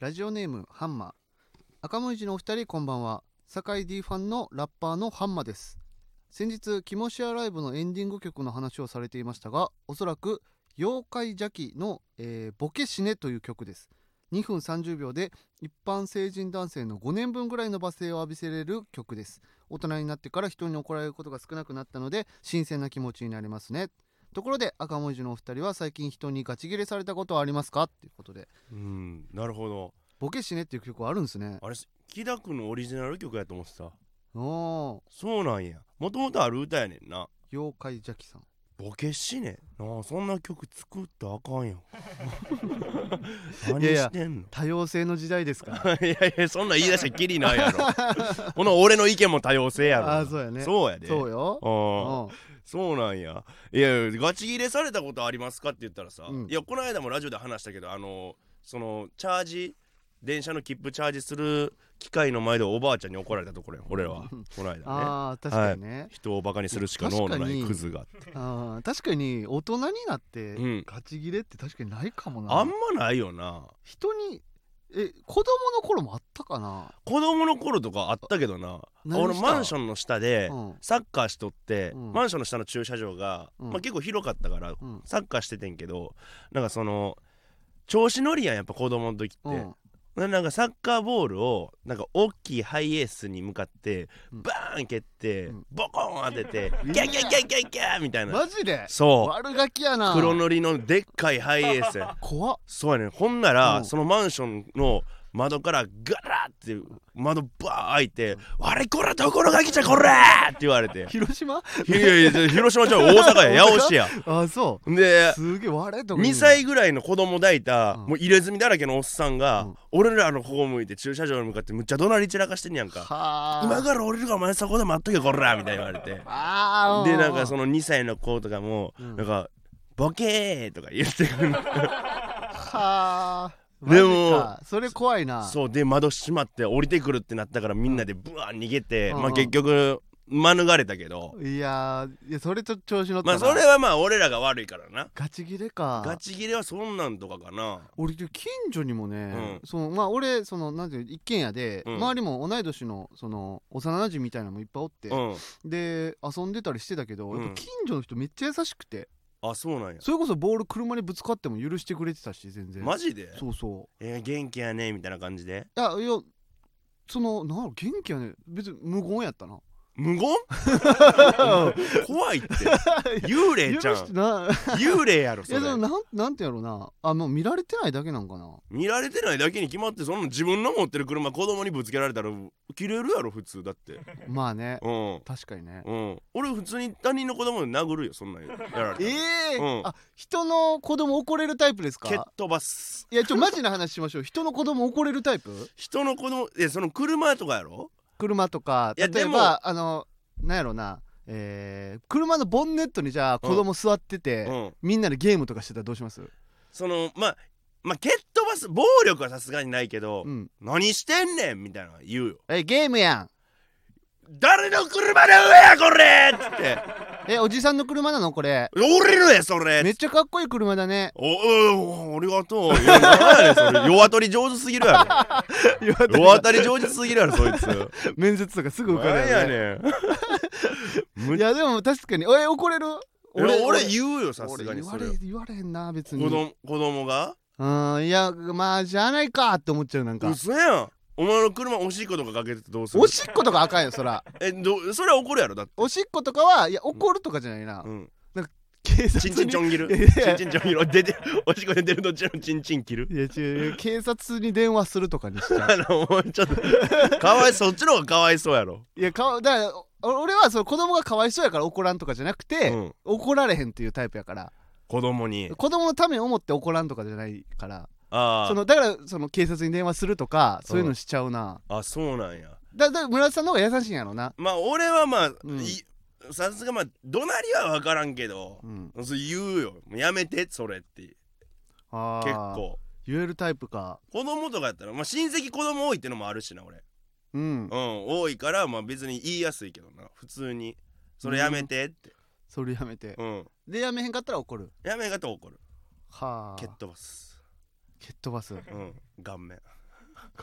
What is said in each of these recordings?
ラジオネームハンマー。赤文字のお二人こんばんは。堺 D ファンのラッパーのハンマーです。先日キモシアライブのエンディング曲の話をされていましたが、おそらく妖怪邪気の、ボケ死ねという曲です。2分30秒で一般成人男性の5年分ぐらいの罵声を浴びせれる曲です。大人になってから人に怒られることが少なくなったので新鮮な気持ちになりますね。ところで赤文字のお二人は最近人にガチギレされたことはありますかということで、 なるほど。 ボケ死ねっていう曲はあるんですね。 あれ木田君のオリジナル曲やと思ってた。 おー、 そうなんや。もともとある歌やねんな。 妖怪邪気さん。 ボケしねなあ、そんな曲作ったらあかんやん。何いやいやしてんの。 多様性の時代ですからいやいや、そんなん言い出したらキリないやろ。ほな俺の意見も多様性やろ。 ああそうやね。 そうやで。 そうよ。 ああ、そうなんや。いや、ガチ切れされたことありますかって言ったらさ、 うんいや、この間もラジオで話したけど、そのチャージ、電車の切符チャージする機械の前でおばあちゃんに怒られたところよ、俺は。この間ね。 ああ確かにね、 人をバカにするしか脳のないクズが。 あー確かに大人になってうんガチギレって確かにないかもな。 あんまないよな。 人に子供の頃もあったかな。 子供の頃とかあったけどな。俺マンションの下でうんサッカーしとって、 うんマンションの下の駐車場が、 うん結構広かったから、 うんサッカーしててんけど、なんかその調子乗りやん、やっぱ子供の時って、 うんなんかサッカーボールをなんか大きいハイエースに向かってうんバーン蹴って、ボコーン当てて、 うんギャンギャンギャンギャンギャンみたいな。 マジでそ悪ガキやな。 う、黒塗りのでっかいハイエースや。 怖っ。 そうやね。ほんなら、 うんそのマンションの窓からガラーって窓バー開いて「あれこらどこのガキじゃこら!」って言われて広島いやいや広島じゃ大阪や八尾市や。 あそうですげえ割れとか言う 2 の歳ぐらいの子供抱いた、 うんもう入れ墨だらけのおっさんが、 うん俺らの方向いて駐車場に向かってむっちゃ怒鳴り散らかしてんやんか。 はあ今から降りるからお前そこで待っとけこらみたいに言われて、 あーでなんかその2歳の子とかも、 うんなんかボケーとか言ってくるの。 はあでもマジかそれ怖いな。 そうで窓閉まって降りてくるってなったからみんなでブワー逃げて、 うんまあ結局免れたけど、 いやそれと調子乗ったな。 まあそれはまあ俺らが悪いからな。 ガチギレか。 ガチギレはそんなんとかかな。 俺近所にもね、 うんそのまあ俺そのなんていう一軒家で、 うん周りも同い年のその幼馴染みたいなのもいっぱいおって、 うんで遊んでたりしてたけど、 うんやっぱ近所の人めっちゃ優しくて、 あ、そうなんや。 それこそボール車にぶつかっても許してくれてたし全然。 マジで。 そうそう。 元気やねみたいな感じで。 いやそのなんやろ元気はね別に無言やったな。 無言怖いって幽霊ちゃん。 許してな幽霊やろそれ。 いやでもなんてやろうな、もう見られてないだけなんかな。 見られてないだけに決まって、その自分の持ってる車子供にぶつけられたら切れるやろ普通だって。 まあねうん確かにね。 俺普通に他人の子供で殴るよ、そんなんやられたら。うんあ人の子供怒れるタイプですか。 蹴っ飛ばす。 いやマジな話しましょう。人の子供怒れるタイプ。 人の子供その車とかやろ。 車とかいや例えばなんやろな、車のボンネットにじゃあ子供座ってて、みんなでゲームとかしてたらどうします。 そのまあ蹴っ飛ばす暴力はさすがにないけど、何してんねんみたいなの言うよ。 ゲームやん。 誰の車の上やこれっつっておじさんの車なのこれ。 降りるやそれ。 めっちゃかっこいい車だね。 ありがとう。いや何やねんそれ。世渡り上手すぎるやろ。世渡り上手すぎるやろそいつ。 面接とかすぐ受かる何やねん。 いやでも確かに怒れる。 俺言うよさすがにそれ。 言われへんな別に。 子供がいやまあじゃあないかって思っちゃう。なんか嘘やん。お前の車おしっことかかけててどうする。 おしっことかあかんよそら。 それは怒るやろだって。 おしっことかはいや怒るとかじゃないな。なんか警察にチンチンちょん切る。 いやいやチンチンちょん切る。出ておしっこ出てるどっちのチンチン切る。 いや違う警察に電話するとかにしちゃう。 もうちょっとかわいそっちの方がかわいそうやろ。 いやだから俺はその子供がかわいそうやから怒らんとかじゃなくて、怒られへんっていうタイプやから。 子供に子供のためを思って怒らんとかじゃないから。 だからその警察に電話するとかそういうのしちゃうな。 あ、そうなんや。 村田さんの方が優しいんやろな。 まあ俺はまあ、さすがまあ怒鳴りは分からんけど、そう言うよ。やめてそれって結構言えるタイプか。 子供とかやったら、まあ、親戚子供多いってのもあるしな俺。多いからまあ別に言いやすいけどな。普通にそれやめてって、 それやめて、でやめへんかったら怒る。 やめんかったら怒る。 はあ蹴っ飛ばす。 蹴っ飛ばす。 顔面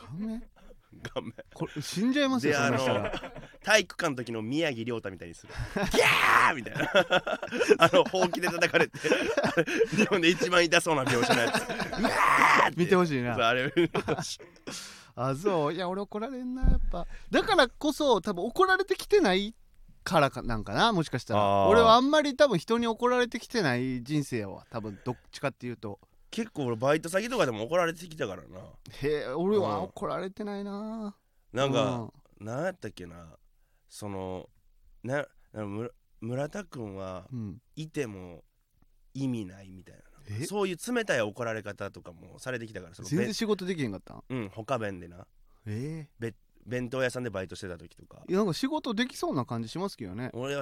顔面これ死んじゃいますよでそんなしたら体育館の時の宮城亮太みたいにするギャーみたいなほうきで叩かれて日本で一番痛そうな描写のやつうわーって見てほしいなそうあれあそういや俺怒られんなやっぱだからこそ多分怒られてきてないからかなんかなもしかしたらあー俺はあんまり多分人に怒られてきてない人生やわ多分どっちかっていうと結構俺バイト先とかでも怒られてきたからなへえ俺は怒られてないななんか、なんやったっけなその村田くんはいても意味ないみたいなそういう冷たい怒られ方とかもされてきたから全然仕事できへんかったん他弁でな弁当屋さんでバイトしてた時とかいやなんか仕事できそうな感じしますけどね俺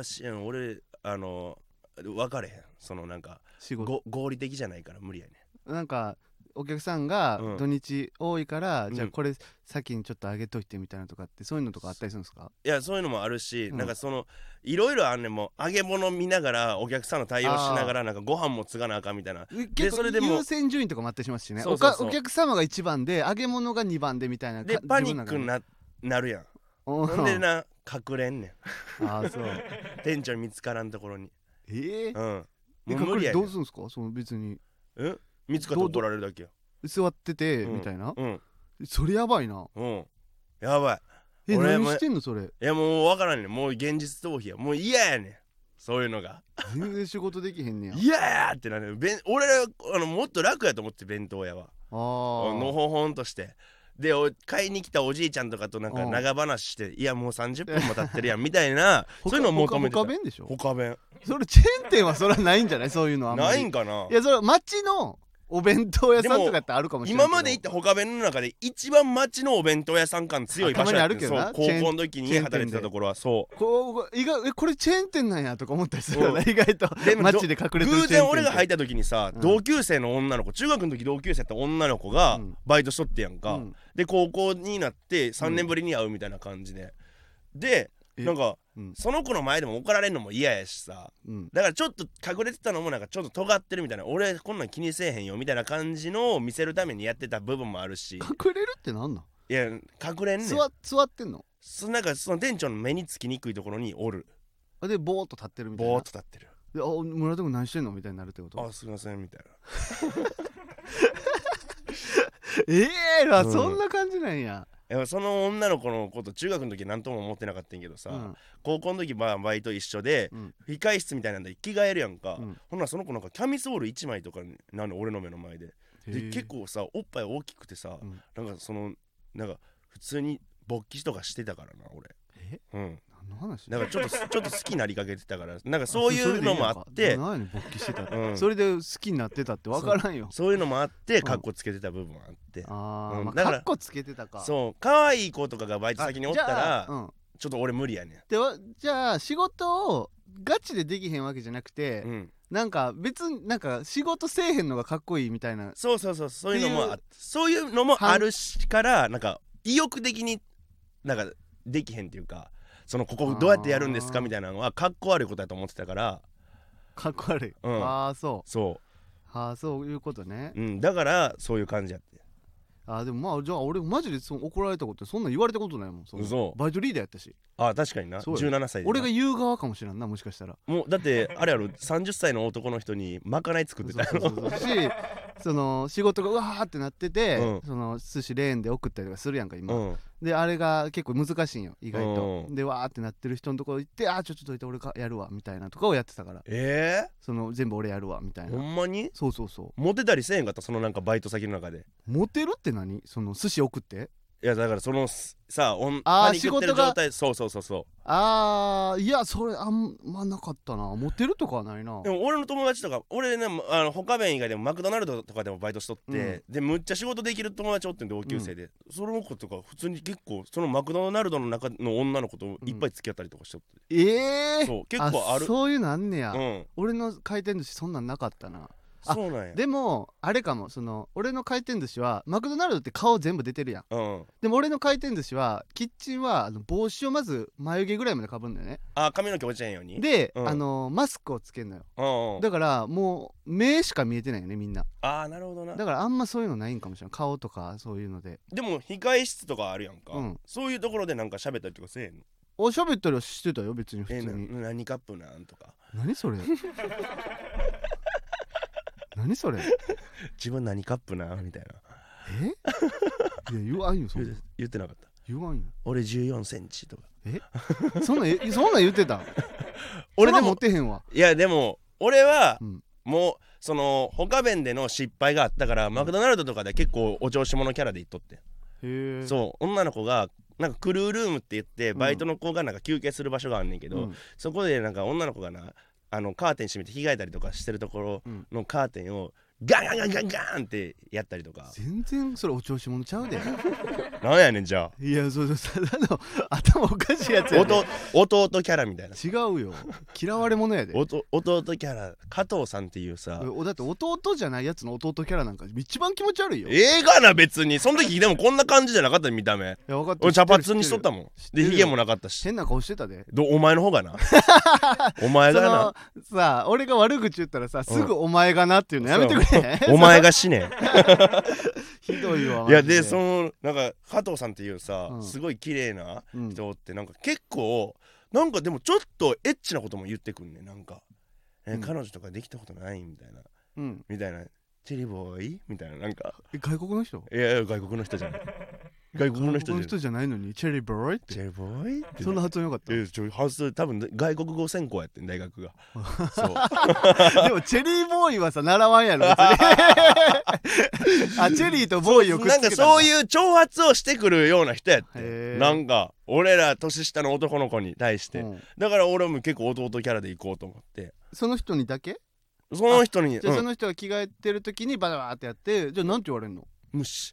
分かれへんそのなんか仕事合理的じゃないから無理やねなんかお客さんが土日多いから、じゃあこれ先にちょっとあげといてみたいなとかってそういうのとかあったりするんですか？ いやそういうのもあるし、なんかそのいろいろあんねんもう揚げ物見ながらお客さんの対応しながらなんかご飯も継がなあかんみたいな結構それでも優先順位とかもあったりしますしね。 そうそうそうお客様が1番で揚げ物が2番でみたいなでパニックになるやんほんでな隠れんねんああそう店長に見つからんところにもう無理やねんどうするんですかその別に見つかって怒られるだけよ座っててみたいなうんそれやばいなやばい俺何してんのそれいやもう分からんねんもう現実逃避やもう嫌やねんそういうのが全然仕事できへんねや嫌やってなる俺もっと楽やと思って弁当屋はのほほんとしてで買いに来たおじいちゃんとかとなんか長話していやもう30分も経ってるやんみたいなそういうのを求めてた他弁でしょ他弁それチェーン店はそれはないんじゃないそういうのはないんかないやそれは町のお弁当屋さんとかってあるかもしれないけど今まで行った他弁の中で一番町のお弁当屋さん感強い場所やってそう高校の時に働いてたところはそうこれチェーン店なんやとか思ったりするよね意外と街で隠れてるチェーン店偶然俺が入った時にさ同級生の女の子中学の時同級生やった女の子がバイトしとってやんかで高校になって3年ぶりに会うみたいな感じでなんかその子の前でも怒られるのも嫌やしさだからちょっと隠れてたのもなんかちょっと尖ってるみたいな俺こんなん気にせえへんよみたいな感じのを見せるためにやってた部分もあるし隠れるってなんなんいや隠れんねん座ってんのなんかその店長の目につきにくいところにおるでボーっと立ってるみたいなボーっと立ってるで村田君何してんのみたいになるってことすいませんみたいなそんな感じなんやその女の子のこと中学の時何とも思ってなかったんやけどさ、高校の時バイト一緒で、控室みたいなんで着替えるやんか、ほんならその子なんかキャミソール1枚とかなの俺の目の前で結構さおっぱい大きくてさ、なんかそのなんか普通に勃起とかしてたからな俺何の話なんかちょっと好きになりかけてたからなんかそういうのもあって何勃起してたそれで好きになってたって分からんよそういうのもあってカッコつけてた部分もあってだからカッコつけてたかそう可愛い子とかがバイト先におったらちょっと俺無理やねんじゃあ仕事をガチでできへんわけじゃなくてなんか別になんか仕事せえへんのがかっこいいみたいなそういうのもあるしからなんか意欲的になんかできへんっていうかここどうやってやるんですかみたいなのはかっこ悪いことだと思ってたからかっこ悪いそういうことねだからそういう感じやってでもじゃあ俺マジで怒られたことそんなん言われたことないもんバイトリーダーやったし確かにな17歳で俺が言う側かもしれんなもしかしたらもうだってあれやろ30歳の男の人にまかない作ってたやろしその仕事がうわーってなっててその寿司レーンで送ったりとかするやんか今であれが結構難しいんよ意外とでわーってなってる人のところ行ってちょっとどいて俺やるわみたいなとかをやってたからその全部俺やるわみたいなほんまにそうモテたりせえへんかったそのなんかバイト先の中でモテるって何その寿司送っていやだからそのさパニックってる状態そういやそれあんまなかったなモテるとかはないなでも俺の友達とか俺ね他弁以外でもマクドナルドとかでもバイトしとって、でむっちゃ仕事できる友達おってん同級生で、その子とか普通に結構そのマクドナルドの中の女の子といっぱい付き合ったりとかしとって、そう結構あるそういうのあんねや、俺の回転寿司そんなんなかったなそうなんや。 でもあれかも、その俺の回転寿司はマクドナルドって顔全部出てるやん。でも俺の回転寿司はキッチンは帽子をまず眉毛ぐらいまでかぶんだよね。 髪の毛落ちないように。 で、マスクをつけんのよ。だからもう目しか見えてないよねみんな。 なるほどな。 だからあんまそういうのないんかもしれない、顔とかそういうので。 でも控え室とかあるやんか、そういうところでなんか喋ったりとかせえへんの？ 喋ったりはしてたよ別に普通に。 何カップなんとか。 何それ何それ自分何カップなんみたいな。 いや言わんよそんな。 言ってなかった？ 言わんよ。 俺14センチとか。 そんなん言ってた？ 俺でも持ってへんわ。 いやでも俺は、もうその他弁での失敗があったから、マクドナルドとかで結構お調子者キャラで言っとって。そう女の子がなんかクルールームって言ってバイトの子がなんか休憩する場所があんねんけど、そこでなんか女の子がなカーテン閉めて着替えたりとかしてるところのカーテンをガンガンガンガンガンってやったりとか。 全然それお調子者ちゃうで。 なんやねんじゃあ。 いやそうただの頭おかしいやつやで。 弟キャラみたいな。 違うよ、嫌われ者やで。 弟キャラ加藤さんっていうさ。 だって弟じゃないやつの弟キャラなんか一番気持ち悪いよ。 がな別にその時でもこんな感じじゃなかった見た目。 いや分かった。 俺茶髪にしとったもん。でヒゲもなかったし。 変な顔してたで。 お前の方がな。お前がな。 さあ俺が悪口言ったらさ、すぐお前がなっていうのやめてくれ。 お前が死ね。 ひどいわ。 いやでそのなんか加藤さんっていうさ、すごい綺麗な人ってなんか結構なんかでもちょっとエッチなことも言ってくんね。なんか、彼女とかできたことないみたいな、みたいな。チェリーボーイみたいな。なんか外国の人？ いや外国の人じゃない。外国の人じゃないのにチェリーボーイって。 チェリーボーイってそんな発音よかった？ 多分外国語専攻やってん大学が。そうでもチェリーボーイはさ習わんやろ別に。チェリーとボーイをくっつけた。 なんかそういう挑発をしてくるような人やって。なんか俺ら年下の男の子に対して、だから俺も結構弟キャラで行こうと思って。 その人にだけ？ その人に。 じゃあその人が着替えてる時にバタバタってやって、じゃあなんて言われんの？ 無視。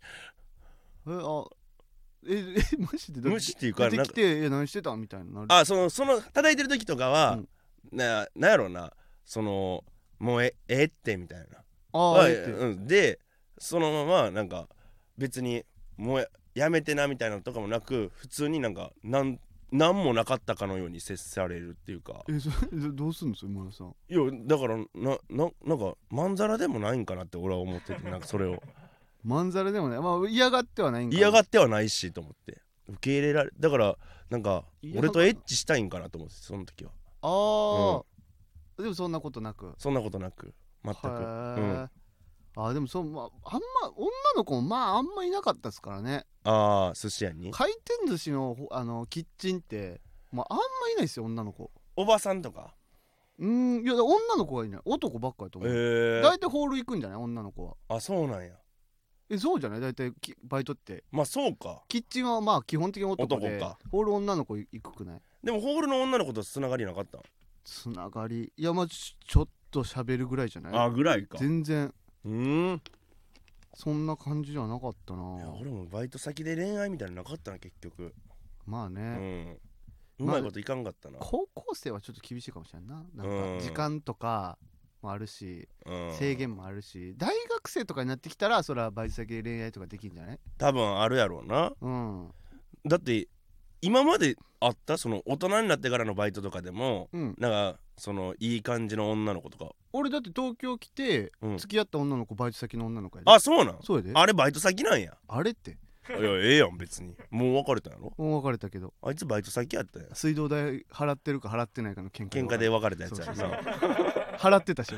無視っていうか、 出てきて何してたみたいな。 その叩いてる時とかは、なんやろうな、そのもうってみたいな。でそのままなんか別にもうやめてなみたいなのとかもなく、普通になんかなんもなかったかのように接されるっていうか。 どうすんのそれ村さん。 いやだからなんかまんざらでもないんかなって俺は思ってて、なんかそれをまんざらでもね、嫌がってはないんかな。 嫌がってはないしと思って受け入れられ、だからなんか俺とエッチしたいんかなと思ってその時は。 でもそんなことなく。 全く。 でもあんま女の子もあんまいなかったですからね。 寿司屋に回転寿司のキッチンってあんまいないですよ女の子。 おばさんとか。 いや女の子がいない、男ばっかりと思う。大体ホール行くんじゃない女の子は。そうなんや。そうじゃない大体バイトって。そうか。キッチンは基本的に男で、ホール女の子行くくない？でもホールの女の子とつながりなかった？つながり、いやちょっと喋るぐらいじゃない？ぐらいか。全然そんな感じじゃなかったな。いや俺もバイト先で恋愛みたいなのなかったな結局。うまいこといかんかったな。高校生はちょっと厳しいかもしれんな。なんか時間とかもあるし、制限もあるし、大学生とかになってきたらそれはバイト先で恋愛とかできんじゃない？多分あるやろうな。だって今まであったその大人になってからのバイトとかでも、なんかそのいい感じの女の子とか。俺だって東京来て付き合った女の子バイト先の女の子やで。そうなん？そうやで。あれバイト先なんや。あれっていややん別に。もう別れたやろ？もう別れたけどあいつバイト先やったやん。水道代払ってるか払ってないかの喧嘩で別れたやつやな。払ってたし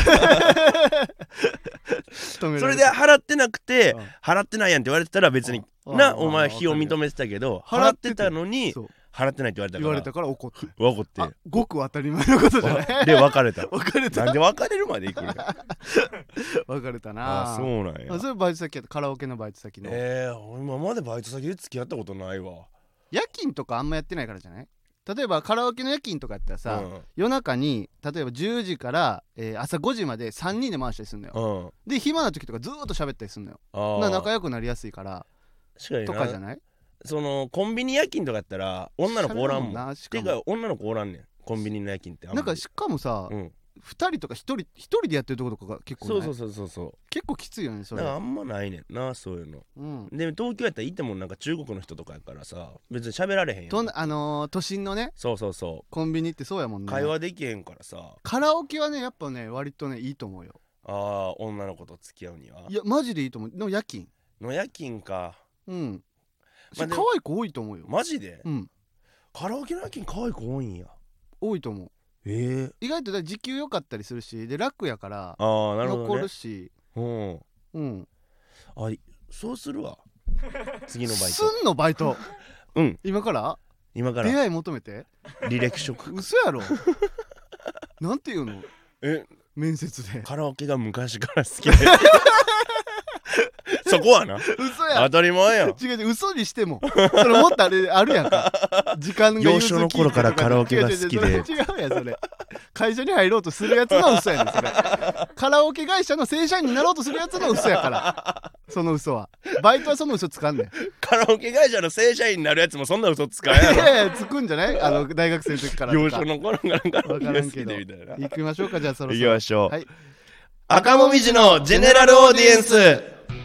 俺それで払ってなくて払ってないやんって言われてたら別にな、お前非を認めてたけど払ってたのに払ってないって言われたから怒ってごく当たり前のことじゃないで別れた。なんで別れるまで行くんや。別れたな。そうなんや。それバイト先やった。カラオケのバイト先の。今までバイト先で付き合ったことないわ。夜勤とかあんまやってないからじゃない？例えばカラオケの夜勤とかやったらさ、夜中に例えば10時から、朝5時まで3人で回したりするのよ。で暇な時とかずーっと喋ったりするのよ。仲良くなりやすいからとかじゃない？そのコンビニ夜勤とかやったら女の子おらんもん。てか女の子おらんねんコンビニの夜勤って。なんかしかもさ、 2人とか1人でやってるところとかが結構ない。 そう結構きついよねそれ。 だからあんまないねんなそういうの、で東京やったらいてもなんか中国の人とかやからさ別に喋られへんやん。 都心のねそうコンビニってそうやもんね。 会話できへんからさ。 カラオケはねやっぱね割とねいいと思うよ。 ああ女の子と付き合うには。 いやマジでいいと思う。でも夜勤か。 可愛い子多いと思うよ。 マジで。カラオケの夜勤可愛い子多いんや。 多いと思う。意外と時給良かったりするしで楽やからなるほど、ね、 残るし。 そうするわ次のバイト。 すんのバイト。今から出会い求めて履歴書嘘やろなんて言うの面接で。 カラオケが昔から好きでそこはな嘘や当たり前やん。 違う嘘にしてもそれもっとあるやんか時間が幼少の頃からカラオケが好きで。 違うやんそれ会社に入ろうとするやつの嘘やねんそれ。カラオケ会社の正社員になろうとするやつの嘘やからその嘘は。バイトはその嘘つかんねん。 カラオケ会社の正社員になるやつもそんな嘘つかんやろ。 いやいやつくんじゃない？大学生の時からとか。 幼少の頃からカラオケが好きでみたいな。 行きましょうかじゃあそろそろ。 行きましょう。 はい。 赤もみじのジェネラルオーディエンス。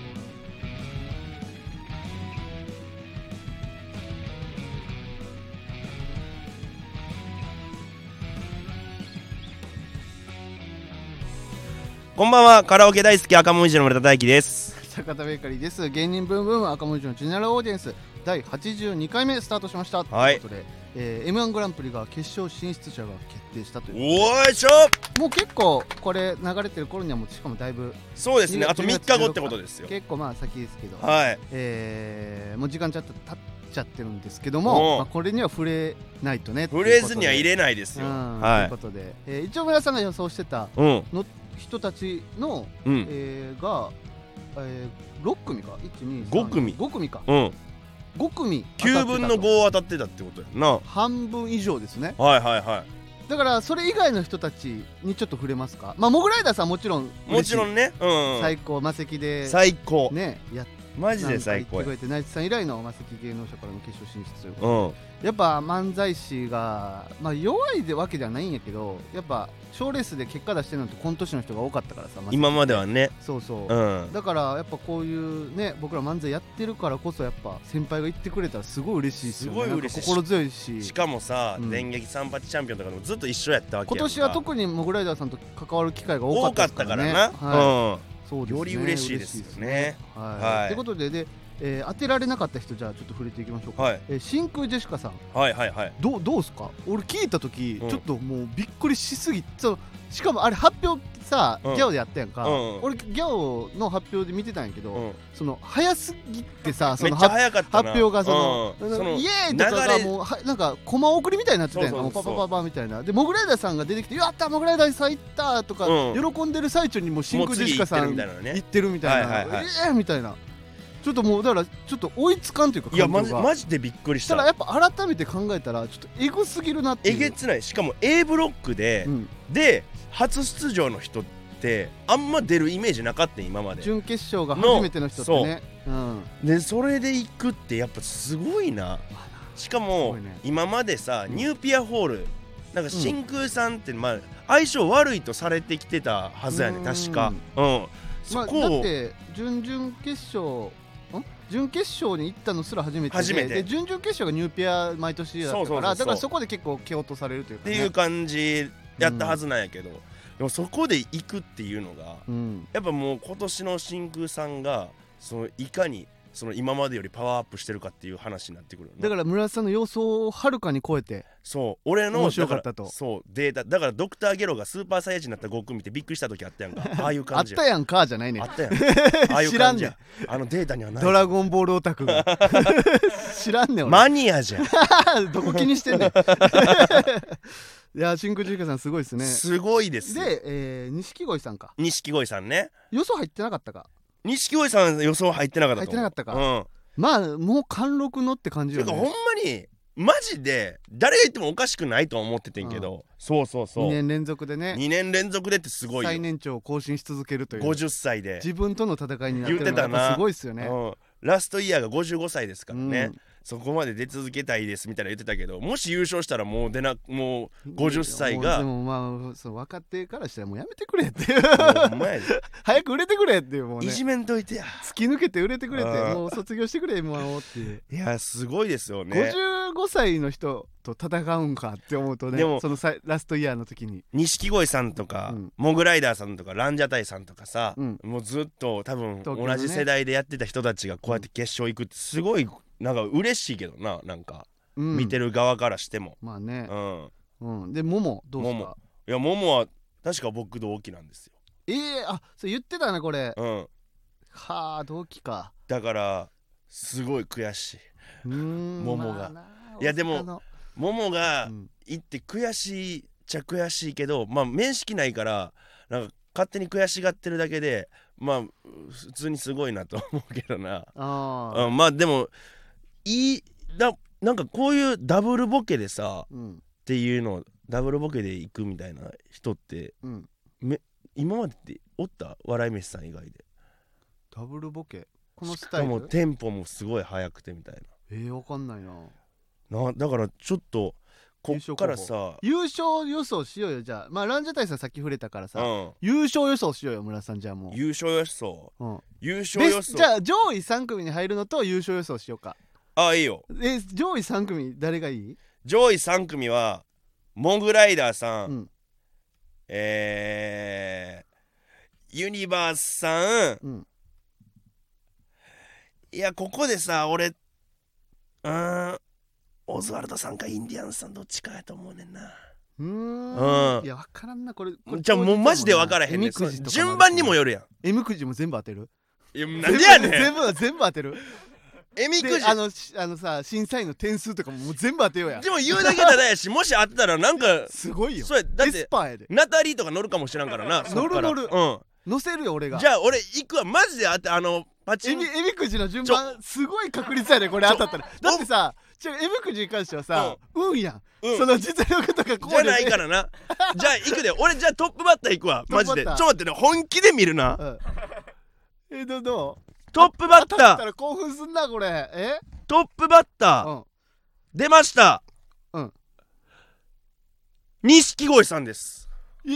こんばんは。カラオケ大好き赤もみじの村田大樹です。 坂田ベーカリーです。芸人ブームブーム赤もみじのジェネラルオーディエンス第82回目スタートしました、ということで、M1 グランプリが決勝進出者が決定したという。 おいしょ。 もう結構これ流れてる頃にはもうしかもだいぶそうですね。あと3日後ってことですよ。 結構まあ先ですけど、もう時間経っちゃってるんですけども、これには触れないとね。 触れずには入れないですよ。 ということで、一応村さんが予想してたの人たちの、が、6組か 5組 5組か、5組 9分の5当たってたってことやな。 半分以上ですね。 はいだからそれ以外の人たちにちょっと触れますか。まあモグライダーさんもちろんね、 最高魔石で最高ねマジで最高や。 ナイツさん以来の魔石芸能者からの決勝進出ということで、やっぱ漫才師が、まあ、弱いわけではないんやけどやっぱ賞レースで結果出してるのって今年の人が多かったからさ、 今まではね。 そう、だからやっぱこういうね僕ら漫才やってるからこそやっぱ先輩が言ってくれたらすごい嬉しいですよね。 すごい嬉しい。 心強いし、 しかもさ、電撃三八チャンピオンとかでもずっと一緒やったわけやんか。 今年は特にモグライダーさんと関わる機会が多かったからね。そうですね、 より嬉しいですよね。 ということで当てられなかった人じゃあちょっと触れていきましょうか。真空ジェシカさん、どうすか。俺聞いた時、ちょっともうびっくりしすぎ、しかもあれ発表さ、ギャオでやったやんか、俺ギャオの発表で見てたんやけど、その早すぎてさ、その発表がそのイエーイとかがもうなんかコマ送りみたいになってたやんか、もうパパパパみたいな。でモグライダーさんが出てきてやったモグライダーさん行ったとか喜んでる最中にもう真空ジェシカさん行ってるみたいな、みたいな。ちょっともうだからちょっと追いつかんというか、 いやマジでびっくりした。 ただやっぱ改めて考えたらちょっとエグすぎるなっていう。 えげつない。しかも A ブロックで、初出場の人ってあんま出るイメージなかった今まで。 準決勝が初めての人ってね。 でそれで行くってやっぱすごいな。しかも今までさ、ニューピアホールなんか真空さんってまあ相性悪いとされてきてたはずやね確か。 そこだって準決勝に行ったのすら初めてで準々決勝がニューピア毎年だったから、だからそこで結構蹴落とされるというか、 っていう感じやったはずなんやけど、でもそこで行くっていうのが、やっぱもう今年の真空さんがいかに今までよりパワーアップしてるかっていう話になってくる。 だから村田さんの予想をはるかに超えて、 俺の面白かったと。 データだからドクターゲロがスーパーサイヤ人になった悟空見てびっくりした時あったやんか。ああいう感じ。 あったやんかじゃないねん。 あったやん。ああいう感じや。データにはない。 ドラゴンボールオタクが知らんねん俺。 マニアじゃん。 どこ気にしてんねん。いや真空ジェシカさんすごいですね。 すごいです。 で錦鯉さんか。 錦鯉さんね。 予想入ってなかったか。 錦鯉さん予想入ってなかったと思う。 入ってなかったか。まあもう貫禄のって感じよね。 ほんまにマジで誰が言ってもおかしくないとは思っててんけど、2 年連続でね。 2年連続でってすごいよ。 最年長を更新し続けるという 50歳で自分との戦いになってるのがやっぱすごいっすよね。 ラストイヤーが55歳ですからね。 そこまで出続けたいですみたいな言ってたけど、もし優勝したらもう50歳がでもまあそう分かってからしたらもうやめてくれってほんまやで早く売れてくれっていう、もうねいじめんといてや。 突き抜けて売れてくれて、 うんもう卒業してくれ M1 をっていう。 いやすごいですよね。 55歳の人と戦うんかって思うとね、 でもそのラストイヤーの時に錦鯉さんとか、 うん、 モグライダーさんとかランジャタイさんとかさ、 うん、 もうずっと多分東京のね同じ世代でやってた人たちがこうやって決勝行くってすごいなんか嬉しいけどな、なんか、 うん、 見てる側からしてもまあね、 うんでももどうすか。 いやももは確か僕同期なんですよ。 あ、そう言ってたねこれ。 はあ同期か。 だからすごい悔しいももが、いやでもももが行って悔しいっちゃ悔しいけど、まあ面識ないからなんか勝手に悔しがってるだけで、まあ普通にすごいなと思うけどな。まあでもなんかこういうダブルボケでさ、っていうのをダブルボケで行くみたいな人って、今までっておった？笑い飯さん以外でダブルボケこのスタイル。 しかもテンポもすごい速くてみたいな。わかんないな。 だからちょっとこっからさ優勝予想しようよ。じゃあまあランジャタイさんさっき触れたからさ、優勝予想しようよ村さん。じゃあもう優勝予想、優勝予想じゃあ上位3組に入るのと優勝予想しようか。 いいよ。 上位3組誰がいい？ 上位3組はモグライダーさん、ユニバースさん、いやここでさ俺オズワルドさんかインディアンスさんどっちかやと思うねんな。 いや分からんなこれ。 じゃあもうマジで分からへんねん。順番にもよるやん。 Mくじも全部当てる？ いやなんでやねん。 全部当てる。 Mくじあのさ審査員の点数とかも全部当てようや。 でも言うだけただやし、もし当てたらなんかすごいよ。 そうやだってエスパーやで。 ナタリーとか乗るかもしらんからな。 乗る乗せるよ俺が。 じゃあ俺行くわマジで。パチンエビくじの順番すごい確率やでこれ当たったら。だってさエビくじに関してはさ運やん、その実力とかこうじゃないからな。じゃあ行くで。俺じゃあトップバッター行くわマジで。ちょっと待ってね、本気で見るな。 どうトップバッター当たったら興奮すんなこれ。 トップバッター出ました。錦鯉さんです。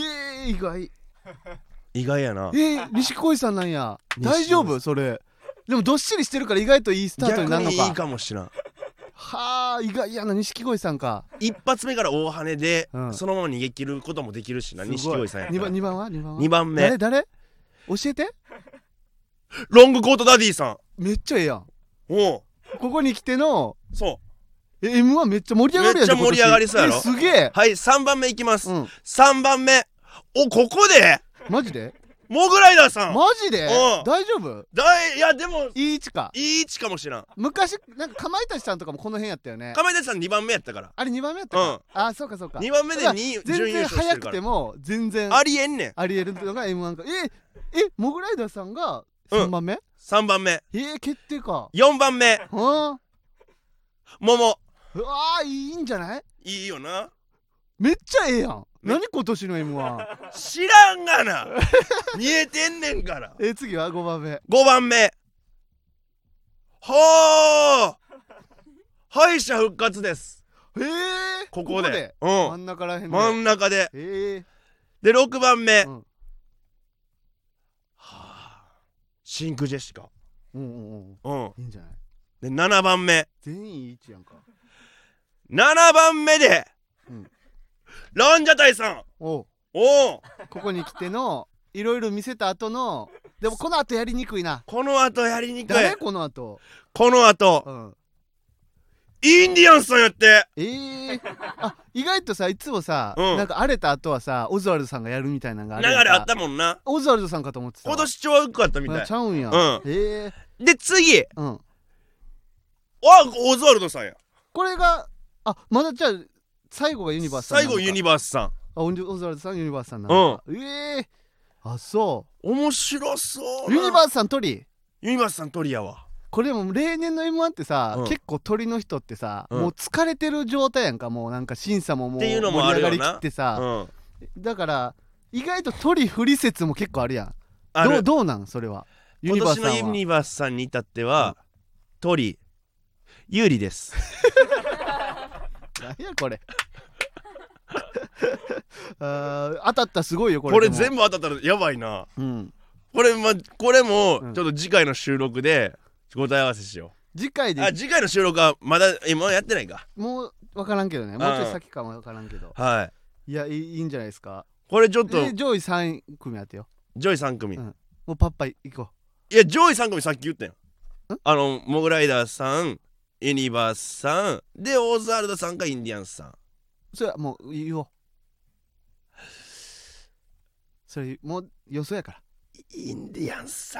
意外やな。 錦鯉さんなんや。大丈夫それ。でもどっしりしてるから意外といいスタートになるのか。 逆にいいかもしらん。 はあ意外やな錦鯉さんか。 一発目から大跳ねで、そのまま逃げ切ることもできるしな。錦鯉さんやったら。 2番は 2番目誰教えて。 ロングコートダディさん。 めっちゃええやん。 ここに来てのそう M1 めっちゃ盛り上がるやん。 めっちゃ盛り上がりそうやろ。 すげえ。 はい3番目いきます、3番目ここでマジでモグライダーさん。 マジで大丈夫？ いやでもいい位置か。 いい位置かもしらん。 昔なんかかまいたちさんとかもこの辺やったよね。 かまいたちさん2番目やったから。 あれ2番目やったか。あそうか 2番目で2 全然早くても全然ありえんねん。 ありえるのが M1 か。モグライダーさんが3番目 3番目決定か。 4番目桃。 うわーいいんじゃない？ いいよな。 めっちゃええやん。何今年の M1 知らんがな見えてんねんから。 次は5番目 5番目はあ敗者復活です。ここで真ん中らへんで。 真ん中でで6番目真空ジェシカ。 いいんじゃない。 で7番目全員いい位置やんか。 7番目でランジャタイさん。ここに来てのいろいろ見せた後の。でもこの後やりにくいな。 この後やりにくい。 誰この後インディアンスさんやって。 意外とさいつもさなんか荒れた後はさオズワルドさんがやるみたいなのが流れあったもんな。 オズワルドさんかと思ってた。 今年超良かったみたい。 ちゃうんや。 で次オズワルドさんや。 これがまだじゃあ最後がユニバースさん。 最後ユニバースさん。 オズワルドさんユニバースさんなのか。そう面白そう。 ユニバースさん鳥。 ユニバースさん鳥やわ。 これも例年の M1 ってさ結構鳥の人ってさもう疲れてる状態やんか。もうなんか審査ももう盛り上がりきってさ。だから意外と鳥不利説も結構あるやん。どうなんそれは。 今年のユニバースさんに至っては鳥有利です何やこれ当たったすごいよこれ。 これ全部当たったらやばいな。これもちょっと次回の収録で答え合わせしよう。次回の収録はまだ今やってないか。 もう分からんけどね。もうちょい先かも分からんけど。 はい。 いやいいんじゃないですか。 これちょっと上位3組あってよ。 上位3組、 もうパッパいこう。いや上位3組さっき言ったよ。モグライダーさん、ユニバースさんで、オーズワルドさんかインディアンスさん。 それはもう言おう。それもう予想やから。 インディアンスさん、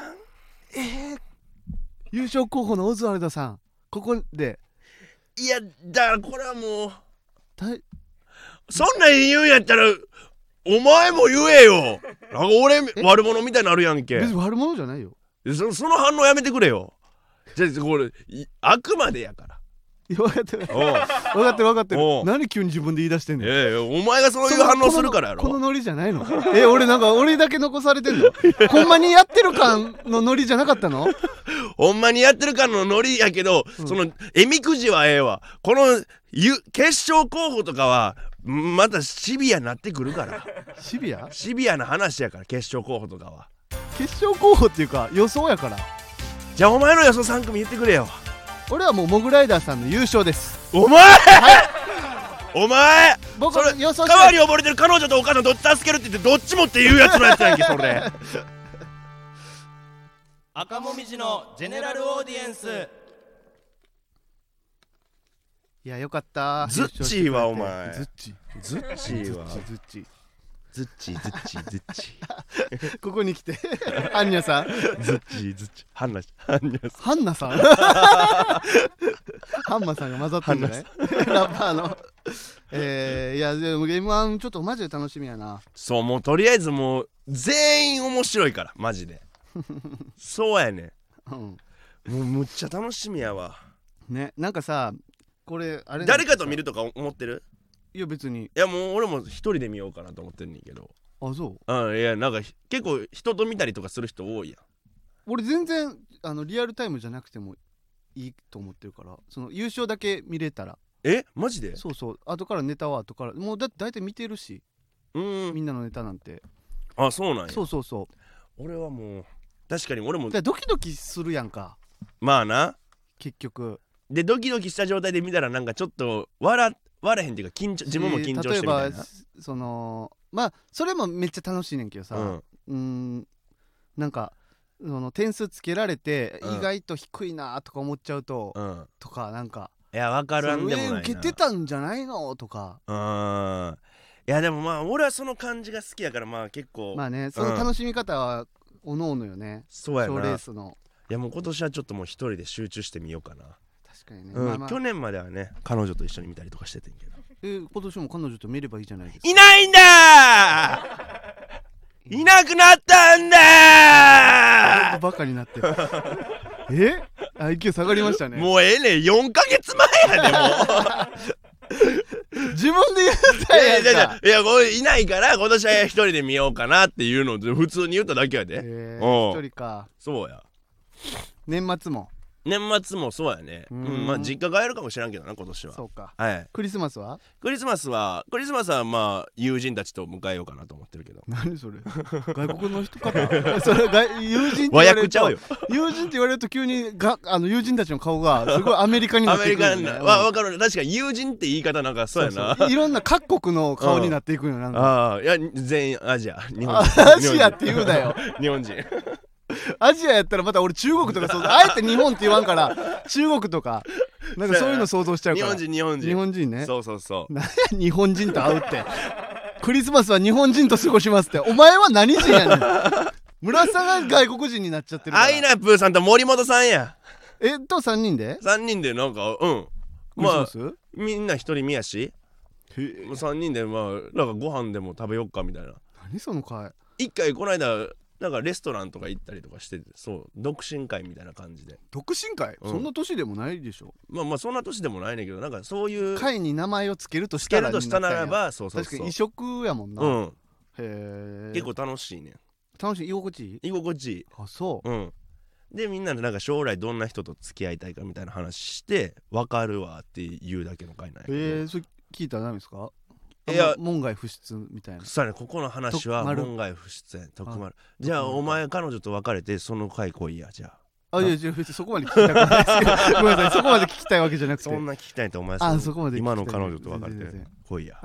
優勝候補のオズワルドさんここで。 いやだからこれはもうそんなん言うんやったらお前も言えよ。なんか俺悪者みたいになるやんけ。 別に悪者じゃないよ。 その反応やめてくれよ。じゃあこれあくまでやから。 いや分かってる分かってる。何急に自分で言い出してんの。 お前がそういう反応するからやろ。 このノリじゃないの。俺だけ残されてんの。ほんまにやってる感のノリじゃなかったの。 ほんまにやってる感のノリやけど、そのえみくじはええわ。この決勝候補とかはまたシビアになってくるから。シビアな話やから。決勝候補とかは決勝候補っていうか予想やから。 じゃあお前の予想3組言ってくれよ。 俺はもうモグライダーさんの優勝です。 お前、お前僕それ予想して代わり溺れてる彼女とお母さんどっち助けるって言ってどっちもっていうやつのやつやんけそれ赤もみじのジェネラルオーディエンス。 いやよかった。 ズッチーはお前ズッチここに来てハンニャさんズッチハンナさんハンマさんが混ざってんじゃないラッパーのいやでも M1 ちょっとマジで楽しみやな。 そうもうとりあえずもう全員面白いからマジでそうやね、もうむっちゃ楽しみやわね。なんかさこれあれ誰かと見るとか思ってる？ いや別に。 いやもう俺も一人で見ようかなと思ってんねんけど。 あそう。 いやなんか結構人と見たりとかする人多いやん。 俺全然リアルタイムじゃなくてもいいと思ってるから、その優勝だけ見れたら。 マジで？ そう後からネタは後からもうだって大体見てるし、みんなのネタなんて。 あそうなんや。 そう俺はもう確かに俺もドキドキするやんか。 まあな結局でドキドキした状態で見たらなんかちょっと笑えへんっていうか自分も緊張してみたいな。 例えばそのまあそれもめっちゃ楽しいねんけどさ、なんかその点数つけられて意外と低いなとか思っちゃうと、とかなんかいや分からんでもないな。 受けてたんじゃないのとか。 いやでもまあ俺はその感じが好きやからまあ結構まあねその楽しみ方はおのおのよね。 そうやな。 賞レースの。 いやもう今年はちょっともう一人で集中してみようかな。 確かにね、 去年まではね彼女と一緒に見たりとかしててんけど。 今年も彼女と見ればいいじゃないですか。 いないんだいなくなったんだバカになってるIQ 下がりましたね。 もうね4ヶ月前やでもう自分で言ったやんか。 いやこれいないから今年は一人で見ようかなっていうのを普通に言っただけやで。 一人か。 そうや。 年末もそうやね。まあ実家帰るかもしれんけどな今年は。 そうか。 はい。 クリスマスはまあ友人たちと迎えようかなと思ってるけど。 何それ外国の人かそれ友人って言わやくちゃうよ。 友人って言われると急に友人たちの顔がすごいアメリカになっていくる、ね、 わかる。確かに友人って言い方なんかそうやな。 そういろんな各国の顔になっていくよなんか。 いや全員アジア日本アジアって言うなよ日本人アジアやったらまた俺中国とかあえて日本って言わんから中国とかなんかそういうの想像しちゃうから。日本人ね。 そうなんや日本人と会うってクリスマスは日本人と過ごしますって。お前は何人やねん村さんが外国人になっちゃってるから。 アイナプーさんと森本さんや。 3人でなんかまあみんな一人見やし3人でまあなんかご飯でも食べよっかみたいな。 何その会。 一回この間なんかレストランとか行ったりとかしてて、そう独身会みたいな感じで。 独身会、そんな年でもないでしょ。 まあそんな年でもないねんけど、なんかそういう会に名前をつけるとしたらばそう確かに異色やもんな。へえ。 結構楽しいねん。 楽しい。居心地いい。 居心地いい。 あそう。 でみんなでなんか将来どんな人と付き合いたいかみたいな話して分かるわっていうだけの回なんやけど、 それ聞いたらダメですか？ いや門外不出みたいな。 そうやね、ここの話は門外不出やん。徳丸。じゃあお前彼女と別れてその回来いや。じゃあいや別にそこまで聞きたくないですけどごめんなさい、そこまで聞きたいわけじゃなくて、 そんな聞きたいとお前そこまで聞きたい今の彼女と別れて全然来いや。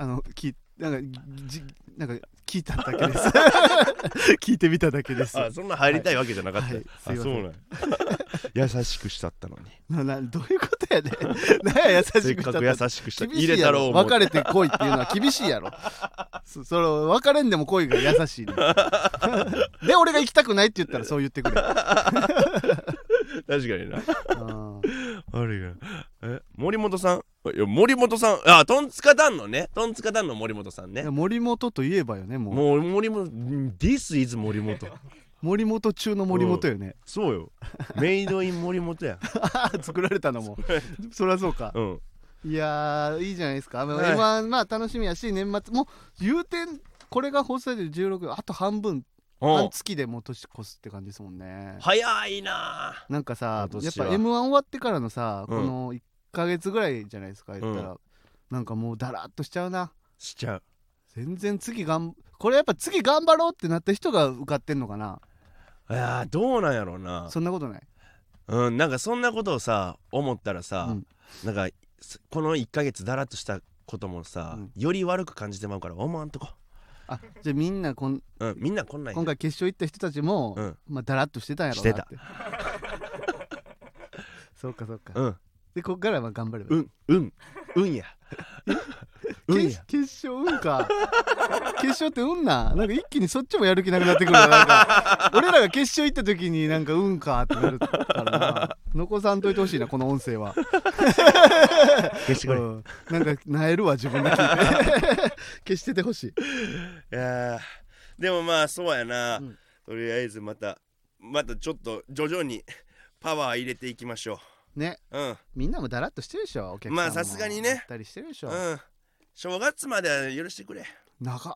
なんか聞いただけです聞いてみただけです。 あ、そんな入りたいわけじゃなかったよ。 はい、 あ、そうなんや。優しくしたったのに。 どういうことやねなんや優しくしたせっかく優しくした。 厳しいやろ。別れて恋っていうのは厳しいやろそれ別れんでも恋が優しいねで俺が行きたくないって言ったらそう言ってくれ確かにな。あれが森本さん、いや森本さん、あ、トンツカタンのね、トンツカタンの森本さんね。 森本といえばよね、 もう森本、This is 森本。 森本中の森本よね。 そうよ。メイドイン森本や。 作られたのもそりゃそうか。いやいいじゃないですか。M1 まあ楽しみやし、年末もう言うてこれが放送されてる16、あと半分、半月でもう年越すって感じですもんね。 早いな。 なんかさ、やっぱ M1 終わってからのさ、この1ヶ月ぐらいじゃないですか、言ったら、なんかもうだらっとしちゃうな。 しちゃう。 全然これやっぱ次頑張ろうってなった人が受かってんのかな。 いやどうなんやろうな。 そんなことない。 なんかそんなことをさ思ったらさ、なんかこの1ヶ月だらっとしたこともさ、より悪く感じてまうから思わんとこ。 じゃあみんなみんなこんなんや。 今回決勝行った人たちも、まあだらっとしてたんやろうなって。してたそうかそうか。でこっからは頑張れば。 や。 決勝運か。決勝って運なんか一気にそっちもやる気なくなってくるなんか俺らが決勝行った時になんか運かってなるからな。残さんといてほしいな、この音声は。 消してくれ。 なんかなえるわ自分で聞いて消しててほしい。 いやでもまあそうやな、とりあえずまたちょっと徐々にパワー入れていきましょうね。みんなもだらっとしてるでしょ、お客さんも。 まあさすがにねたりしてるでしょ。 正月までは許してくれ。 長っ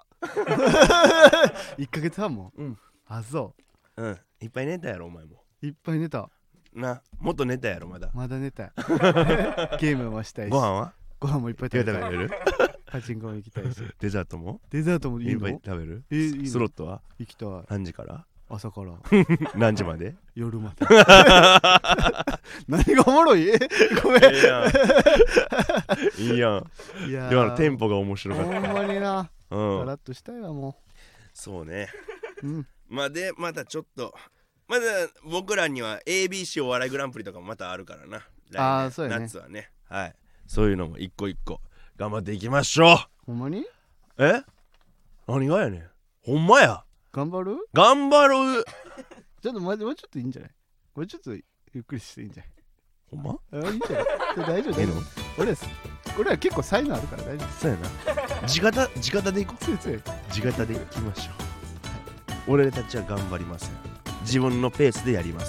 1ヶ月半も。あ、そういっぱい寝たやろお前も。 いっぱい寝たな。もっと寝たやろ。まだ寝たいゲームもしたいし、 ご飯もいっぱい食べたい。 るパチンコも行きたいし、 デザートもいいの？ いっぱい食べる？ いいの？ スロットは行きたい。 何時から？ 朝から何時まで？ 夜まで何がおもろい？ごめん。 いいやん。今のテンポが面白かった。 ほんまにな。だらっとしたいわもう。 そうね。またちょっとまだ僕らには ABC お笑いグランプリとかもまたあるからな。 そうやね。 夏はね。はい。そういうのも一個一個頑張っていきましょう。 ほんまに？ 何がやねん。ほんまや。 頑張る？ 頑張る。 ちょっともうちょっといいんじゃない？もうちょっとゆっくりしていいんじゃない？ ほんま？ いいんじゃない？大丈夫。俺は結構才能あるから大丈夫。 そうやな。地形でいこう。地形でいきましょう。俺たちは頑張ります。自分のペースでやります。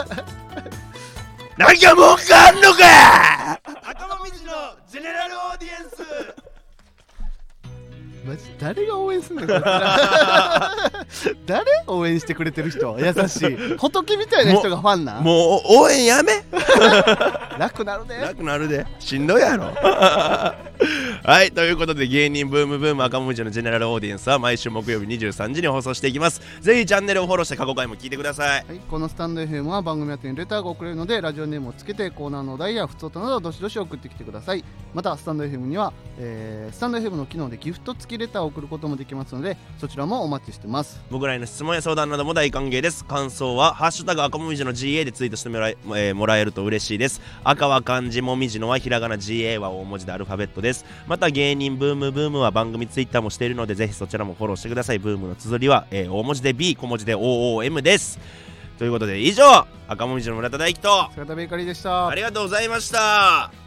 何か文句あんのか！ 赤もみじのジェネラルオーディエンス。 マジ誰が応援すんの？誰応援してくれてる人？優しい仏みたいな人がファンな。 もう応援やめ。 楽なるで。 しんどいやろ。はい、ということで芸人ブームブーム赤もみじのジェネラルオーディエンスは毎週木曜日23時に放送していきます。ぜひチャンネルをフォローして過去回も聞いてください。 はい、このスタンド FM は番組宛てにレターが送れるので、ラジオネームをつけてコーナーのお題や普通歌などどしどし送ってきてください。またスタンド FM には、スタンド FM の機能でギフト付きレターを送ることもできますので、そちらもお待ちしてます。 僕らへの質問や相談なども大歓迎です。感想はハッシュタグ赤もみじの GA でツイートしてもらえると嬉しいです。赤は漢字、もみじのはひらがな、 GA は大文字でアルファベットです。また芸人ブームブームは番組ツイッターもしているので、ぜひそちらもフォローしてください。ブームの綴りは、大文字で B、小文字で OOM です。ということで以上、赤もみじの村田大樹と姿ベーカリーでした。 ありがとうございました。